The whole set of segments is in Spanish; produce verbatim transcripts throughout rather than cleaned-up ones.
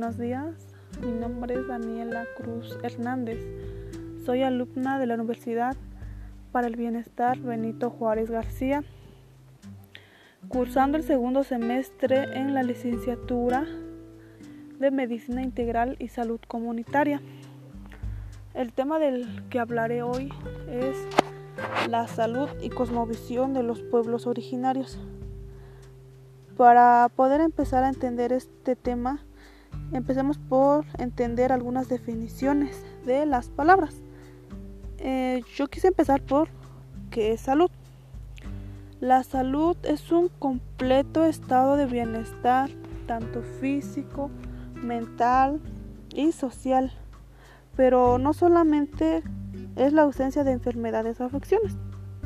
buenos días. Mi nombre es Daniela Cruz Hernández. Soy alumna de la Universidad para el Bienestar Benito Juárez García, cursando el segundo semestre en la licenciatura de Medicina Integral y Salud Comunitaria. El tema del que hablaré hoy es la salud y cosmovisión de los pueblos originarios. Para poder empezar a entender este tema, empecemos por entender algunas definiciones de las palabras. Eh, yo quise empezar por ¿qué es salud? La salud es un completo estado de bienestar, tanto físico, mental y social, pero no solamente es la ausencia de enfermedades o afecciones.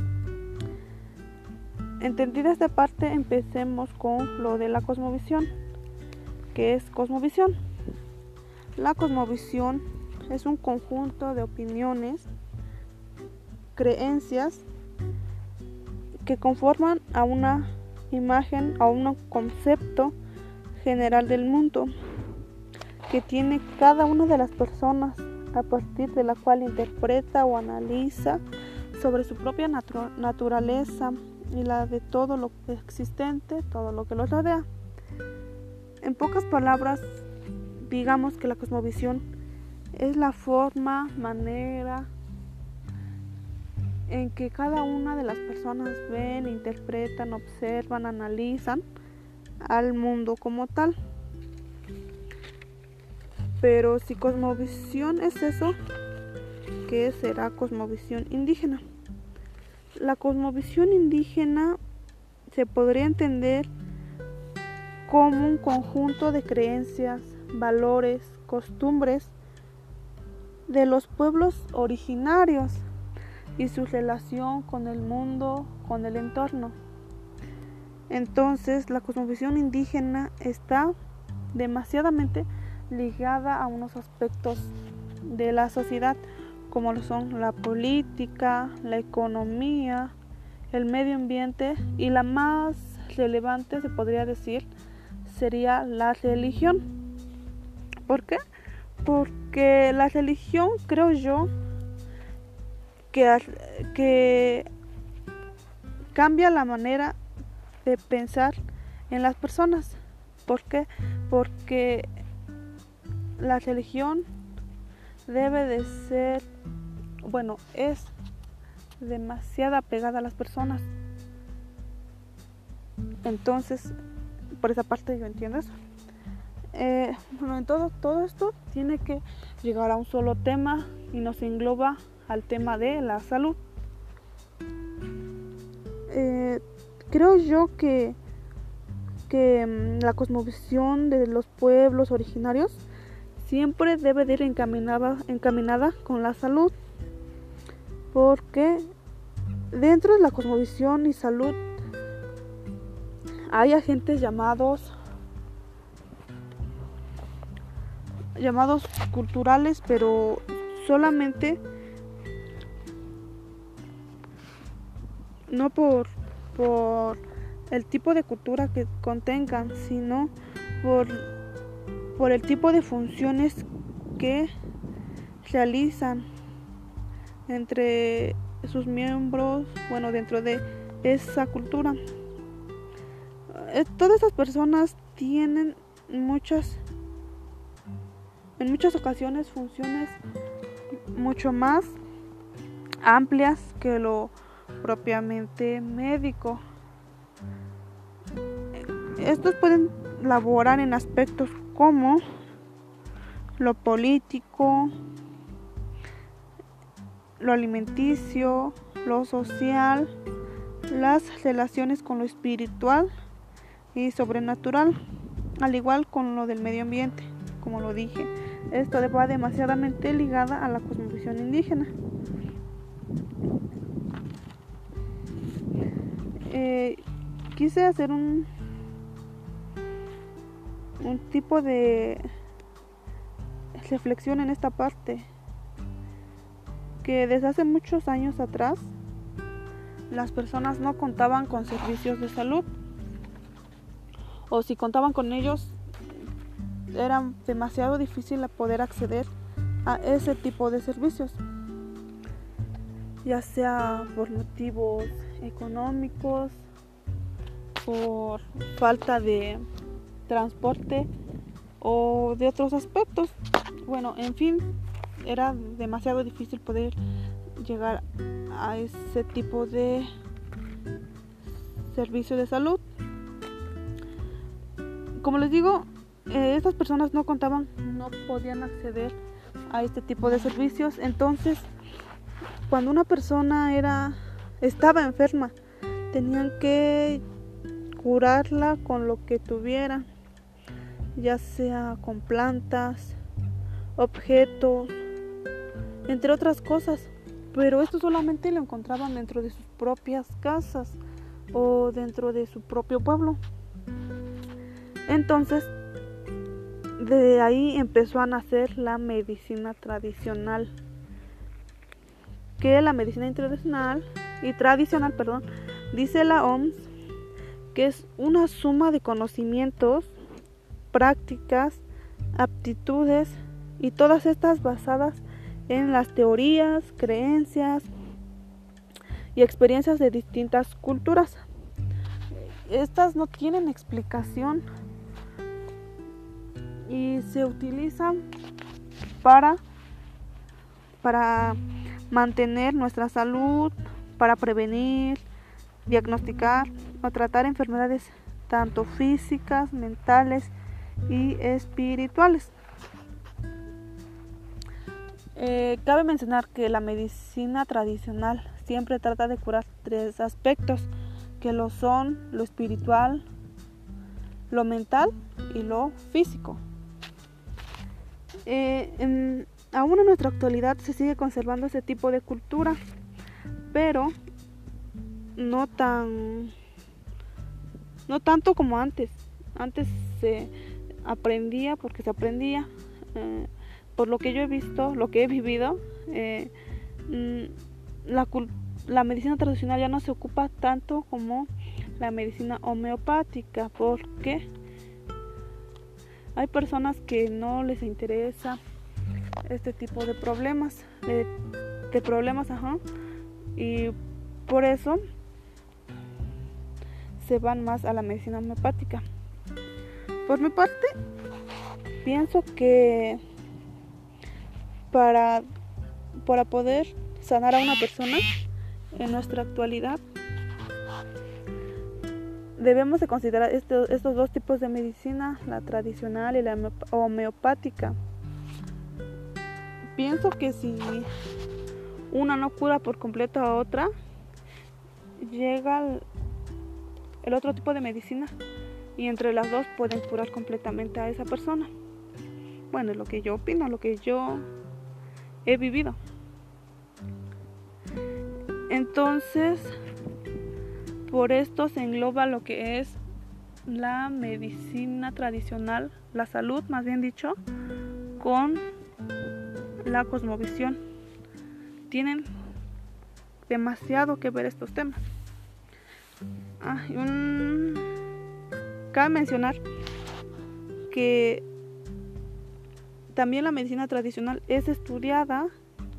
Entendida esta parte, empecemos con lo de la cosmovisión. ¿Qué es cosmovisión? La cosmovisión es un conjunto de opiniones, creencias que conforman a una imagen, a un concepto general del mundo que tiene cada una de las personas, a partir de la cual interpreta o analiza sobre su propia natu- naturaleza y la de todo lo existente, todo lo que los rodea. En pocas palabras, digamos que la cosmovisión es la forma, manera en que cada una de las personas ven, interpretan, observan, analizan al mundo como tal. Pero si cosmovisión es eso, ¿qué será cosmovisión indígena? La cosmovisión indígena se podría entender como un conjunto de creencias, valores, costumbres de los pueblos originarios y su relación con el mundo, con el entorno. Entonces, la cosmovisión indígena está demasiadamente ligada a unos aspectos de la sociedad, como lo son la política, la economía, el medio ambiente, y la más relevante, se podría decir, sería la religión. ¿Por qué? Porque la religión, creo yo, que, que cambia la manera de pensar en las personas. ¿Por qué? Porque la religión debe de ser, bueno, es demasiado apegada a las personas. Entonces, por esa parte yo entiendo eso. Eh, bueno, en todo, todo esto tiene que llegar a un solo tema y nos engloba al tema de la salud. Eh, creo yo que, que la cosmovisión de los pueblos originarios siempre debe de ir encaminada, encaminada con la salud, porque dentro de la cosmovisión y salud hay agentes llamados llamados culturales, pero solamente no por, por el tipo de cultura que contengan, sino por, por el tipo de funciones que realizan entre sus miembros, bueno, dentro de esa cultura. Eh, todas esas personas tienen muchas, en muchas ocasiones, funciones mucho más amplias que lo propiamente médico. Estos pueden laborar en aspectos como lo político, lo alimenticio, lo social, las relaciones con lo espiritual y sobrenatural, al igual con lo del medio ambiente, como lo dije. Esto va demasiadamente ligada a la cosmovisión indígena. Eh, quise hacer un, un tipo de reflexión en esta parte, que desde hace muchos años atrás las personas no contaban con servicios de salud, o si contaban con ellos era demasiado difícil poder acceder a ese tipo de servicios, ya sea por motivos económicos, por falta de transporte o de otros aspectos. Bueno, en fin, era demasiado difícil poder llegar a ese tipo de servicio de salud. Como les digo, eh, estas personas no contaban, no podían acceder a este tipo de servicios. Entonces, cuando una persona era estaba enferma, tenían que curarla con lo que tuvieran, ya sea con plantas, objetos, entre otras cosas. Pero esto solamente lo encontraban dentro de sus propias casas o dentro de su propio pueblo. Entonces, de ahí empezó a nacer la medicina tradicional, que la medicina tradicional y tradicional, perdón, dice la O M S, que es una suma de conocimientos, prácticas, aptitudes y todas estas basadas en las teorías, creencias y experiencias de distintas culturas. Estas no tienen explicación y se utilizan para para mantener nuestra salud, para prevenir, diagnosticar o tratar enfermedades tanto físicas, mentales y espirituales. Eh, cabe mencionar que la medicina tradicional siempre trata de curar tres aspectos, que lo son lo espiritual, lo mental y lo físico. Eh, en, aún en nuestra actualidad se sigue conservando ese tipo de cultura, pero no tan no tanto como antes. Antes se aprendía porque se aprendía. Eh, por lo que yo he visto, lo que he vivido, eh, la, la medicina tradicional ya no se ocupa tanto como la medicina homeopática, porque hay personas que no les interesa este tipo de problemas, de, de problemas, ajá, y por eso se van más a la medicina homeopática. Por mi parte, pienso que para, para poder sanar a una persona en nuestra actualidad, debemos de considerar estos, estos dos tipos de medicina, la tradicional y la homeopática. Pienso que si una no cura por completo a otra, llega el, el otro tipo de medicina y entre las dos pueden curar completamente a esa persona. Bueno, es lo que yo opino, lo que yo he vivido. Entonces, por esto se engloba lo que es la medicina tradicional, la salud más bien dicho, con la cosmovisión. Tienen demasiado que ver estos temas. Ah, y un... Cabe mencionar que también la medicina tradicional es estudiada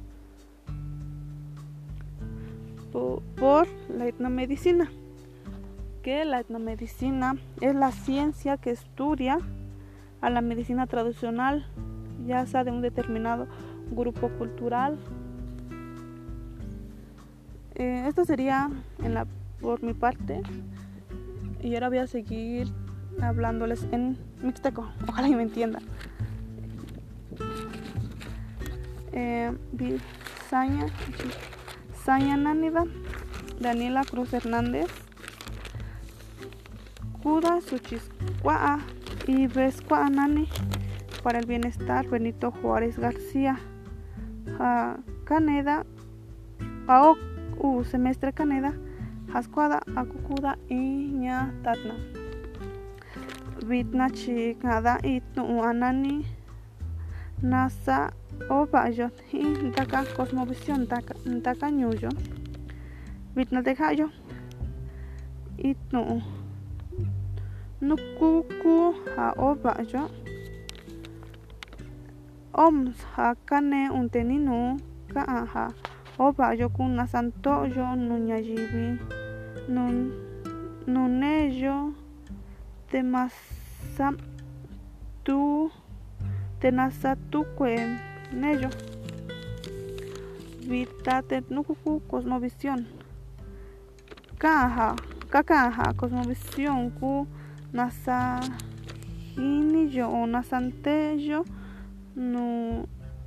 por, por la etnomedicina, que la etnomedicina es la ciencia que estudia a la medicina tradicional, ya sea de un determinado grupo cultural. Eh, esto sería en la, por mi parte, y ahora voy a seguir hablándoles en mixteco, ojalá y me entiendan. Eh, Saña, Saña Nánida, Daniela Cruz Hernández, Cuda Suchiscuaa y Vescua Nani para el bienestar, Benito Juárez García, ja, Caneda, Ao U semestre Caneda, Jascuada, Acucuda y Ña Tatna. Vitna Chikada y Tu Anani Nasa o Bayot y Taka Cosmovisión Taka Ñuyo. Vitna de Jayo y Tu Nukuku a o Bayo oms hakane unteninu ka'aha ovayo kuna santoyo nuñayivi nun nuneyo temasa tu tenasa tukue neyo vita nukuku cosmovisión kaha kakaha cosmovisión ku nasa hiniyo o nasanteyo nu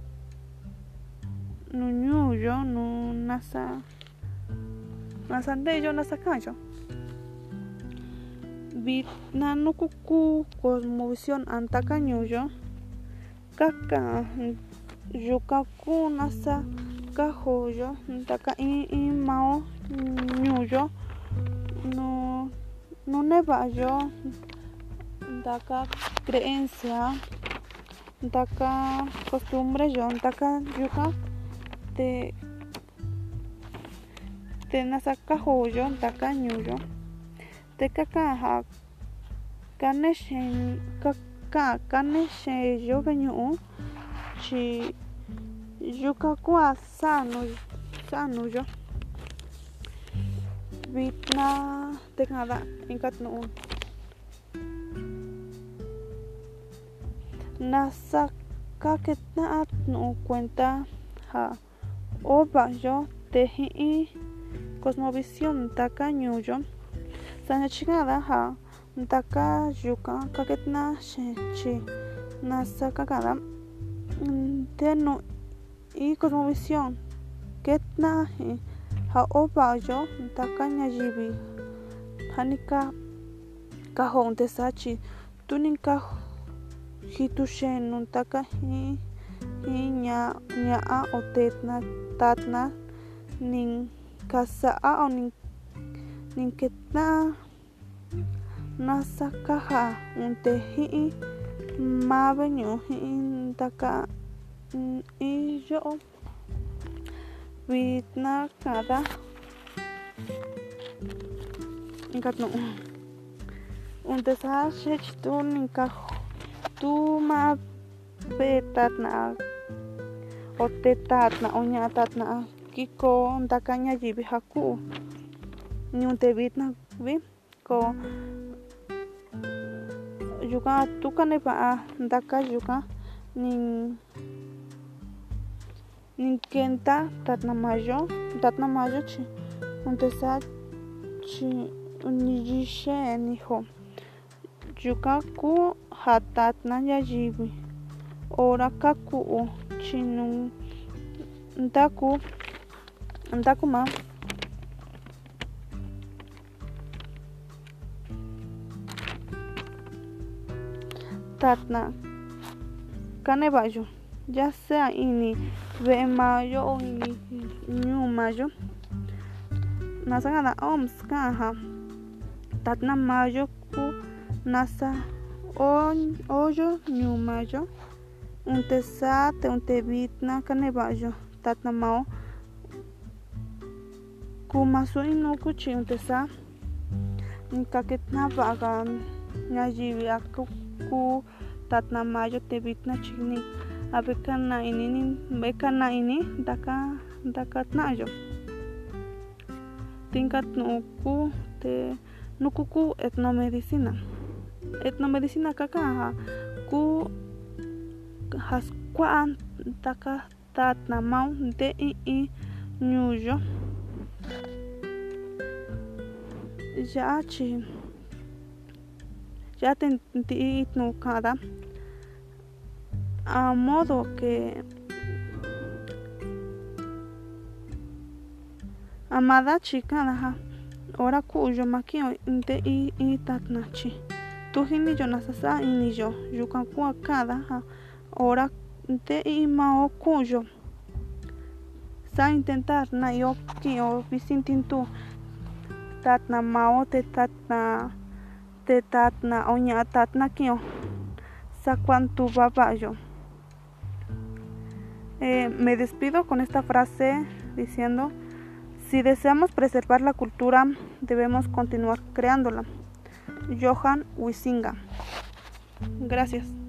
nuñuyo nu nasa nasanteyo nasakayo vitna nukuku cosmovisión antakañuyo kaka yukaku nasa kajoyo taka i imao ñuyo no no nevayo taka creencia taka costumbre yo taka yuka te te nasa kajoyo taka ñuyo te kakaja kaneshen kaka kaneshe yo gañu chi yuka kwa sano sano yo vitna tekada inkatnu nasa kaketna atnu cuenta ha oba yo teji cosmovisión taka ñuyo sana chingada ha taka yuka kaketna chi nasa kakada tenu y cosmovisión ketna ha oba yo taka ñayivi hanika kajon tesachi tuninka hitushenu taka hi hiña ña'a o tetna tatna nin kasa'a o nin nin ketna nasa kaja unteji maveñu hi taka y yo vitna kada inkatnu untesa shechtu ninka tu ma betatna o tetatna o ñatatna kiko taka ñayivi haku ñunte vitna vi ko yuka tukane va'a taka yuka nin ninkenta tatnamayo tatnamayo chi untesa chi uniyishe nijo yuka ku hatatna ñayivi ora kaku chinun ndaku ndakuma tatna kanevayo ya sea ini ve mayo o ini ñu mayo nasa gana oms kaja tatna mayo ku nasa on oyo ñu mayo untesa te unte vitna kanevayo tatna mao ku masu inuku chi untesa nkaketna vaga ñayivi aku ku tatna mayo te vitna chini abekana ini bekana ini daka daka tnayo tinkatnu ku te nukuku etnomedicina etnomedicina kaka ku haskua taka tatna mau de i i ñuyo ya chi ya tenti itnu kada a modo que amada chica ha ora kuyo makio inte i i tatnachi tu hini yo nasasa ini yo yukan ku kada ha ora inte i mao kuyo sa intentar na yo kio visintintu tatna mao te tatna te tatna oña tatna kio sa cuantu babayo. Eh, me despido con esta frase diciendo: si deseamos preservar la cultura, debemos continuar creándola. Johan Huizinga. Gracias.